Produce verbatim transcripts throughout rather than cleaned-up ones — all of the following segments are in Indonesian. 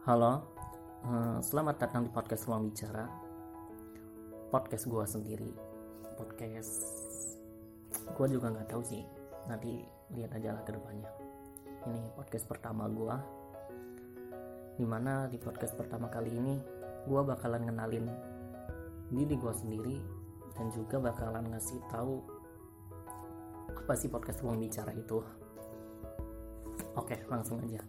Halo, eh, selamat datang di podcast Ruang Bicara. Podcast gue sendiri. Podcast gue juga nggak tahu sih. Nanti lihat aja lah ke depannya. Ini podcast pertama gue. Dimana di podcast pertama kali ini gue bakalan ngenalin diri gue sendiri dan juga bakalan ngasih tahu apa sih podcast Ruang Bicara itu. Oke, langsung aja.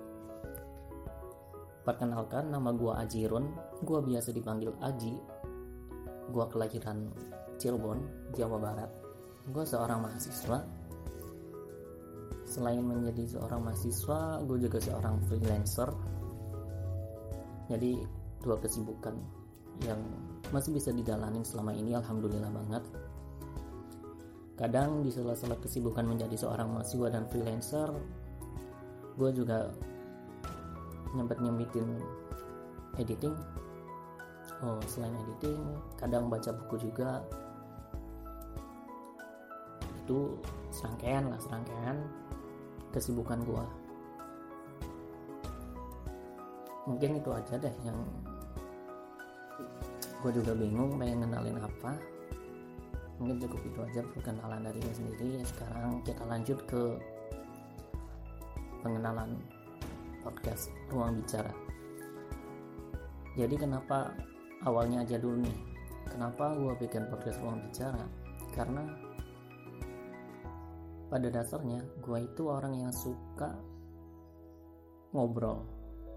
Perkenalkan, nama gue Ajirun. Gue biasa dipanggil Aji. Gue kelahiran Cirebon, Jawa Barat. Gue seorang mahasiswa. Selain menjadi seorang mahasiswa, gue juga seorang freelancer. Jadi dua kesibukan yang masih bisa dijalanin selama ini, alhamdulillah banget. Kadang di sela-sela kesibukan menjadi seorang mahasiswa dan freelancer, gue juga nyempet nyempitin editing. Oh, selain editing, kadang baca buku juga. Itu serangkaian lah, serangkaian kesibukan gua. Mungkin itu aja deh yang gua juga bingung pengen kenalin apa. Mungkin cukup itu aja perkenalan dari gua sendiri. Sekarang kita lanjut ke pengenalan podcast Ruang Bicara. Jadi kenapa awalnya aja dulu nih, kenapa gue bikin podcast Ruang Bicara? Karena pada dasarnya gue itu orang yang suka ngobrol.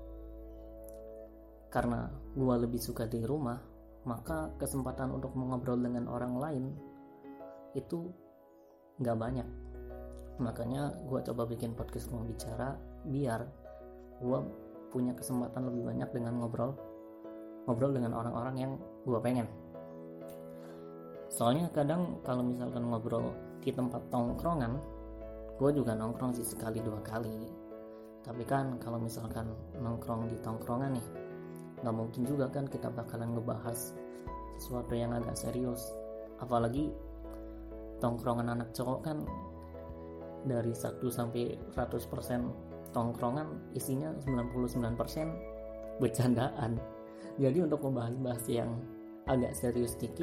Karena gue lebih suka di rumah, maka kesempatan untuk mengobrol dengan orang lain itu gak banyak. Makanya gue coba bikin podcast Ruang Bicara biar gue punya kesempatan lebih banyak dengan ngobrol ngobrol dengan orang-orang yang gue pengen. Soalnya kadang kalau misalkan ngobrol di tempat tongkrongan, gue juga nongkrong sih sekali dua kali. Tapi kan kalau misalkan nongkrong di tongkrongan nih, nggak mungkin juga kan kita bakalan ngebahas sesuatu yang agak serius. Apalagi tongkrongan anak cowok kan dari satu sampai seratus persen tongkrongan isinya sembilan puluh sembilan persen bercandaan. Jadi untuk membahas-bahas yang agak serius dikit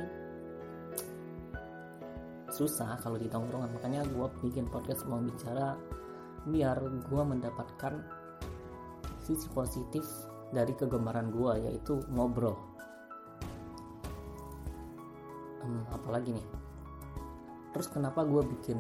susah kalau di tongkrongan. Makanya gue bikin podcast Ruang Bicara biar gue mendapatkan sisi positif dari kegemaran gue, yaitu ngobrol. hmm, apalagi nih terus kenapa gue bikin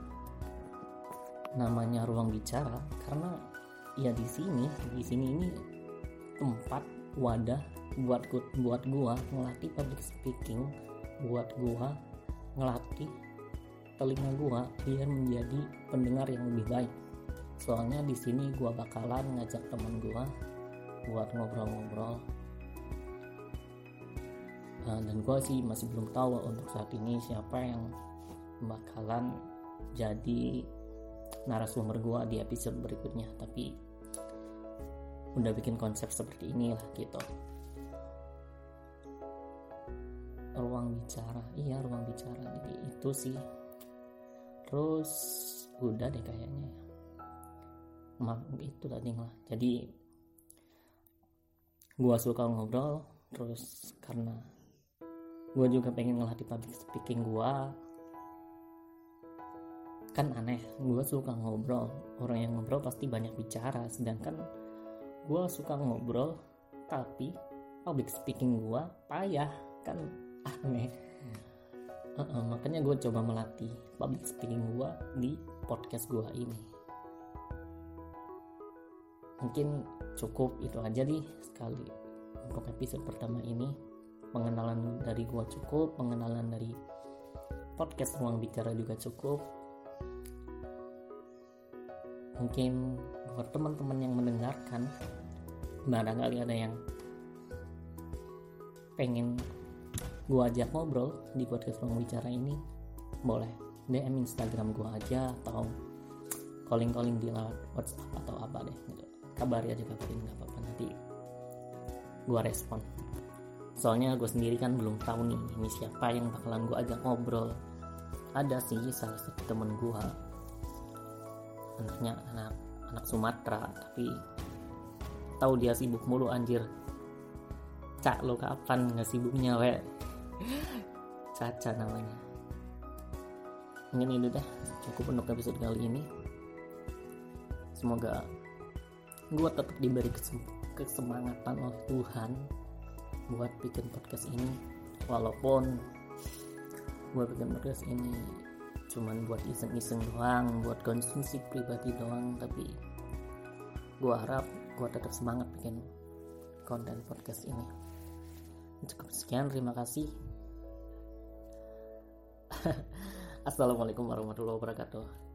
namanya Ruang Bicara? Karena ya di sini di sini ini tempat wadah buat gua, buat gua ngelatih public speaking, buat gua ngelatih telinga gua biar menjadi pendengar yang lebih baik. Soalnya di sini gua bakalan ngajak teman gua buat ngobrol-ngobrol. Nah, dan gua sih masih belum tahu untuk saat ini siapa yang bakalan jadi narasumber gue di episode berikutnya, tapi udah bikin konsep seperti inilah gitu. Ruang bicara, iya ruang bicara, jadi itu sih. Terus udah deh kayaknya ya, maaf itu tadi lah. Jadi gue suka ngobrol, terus karena gue juga pengen ngelatih public speaking gue. Kan aneh, gue suka ngobrol, orang yang ngobrol pasti banyak bicara, sedangkan gue suka ngobrol tapi public speaking gue payah, kan aneh. uh-uh, makanya gue coba melatih public speaking gue di podcast gue ini. Mungkin cukup itu aja nih sekali untuk episode pertama ini. Pengenalan dari gue cukup, pengenalan dari podcast Ruang Bicara juga cukup. Mungkin buat teman-teman yang mendengarkan, barangkali ada yang pengen gue ajak ngobrol di podcast Ruang Bicara ini, boleh D M Instagram gue aja atau calling-calling di lewat WhatsApp atau apa deh gitu. Kabari aja, kabarin, gak apa-apa, nanti gue respon. Soalnya gue sendiri kan belum tahu nih ini siapa yang bakalan gue ajak ngobrol. Ada sih salah satu temen gue, anaknya anak anak Sumatera, tapi tahu dia sibuk mulu anjir. Cak, lo kapan nggak sibuknya we? Caca namanya. Mungkin itu deh, cukup untuk episode kali ini. Semoga gue tetap diberi kesemangatan oleh Tuhan buat bikin podcast ini, walaupun gue bikin podcast ini cuman buat iseng-iseng doang, buat konsumsi pribadi doang, tapi gue harap gue tetap semangat bikin konten podcast ini. Cukup sekian, terima kasih. Assalamualaikum warahmatullahi wabarakatuh.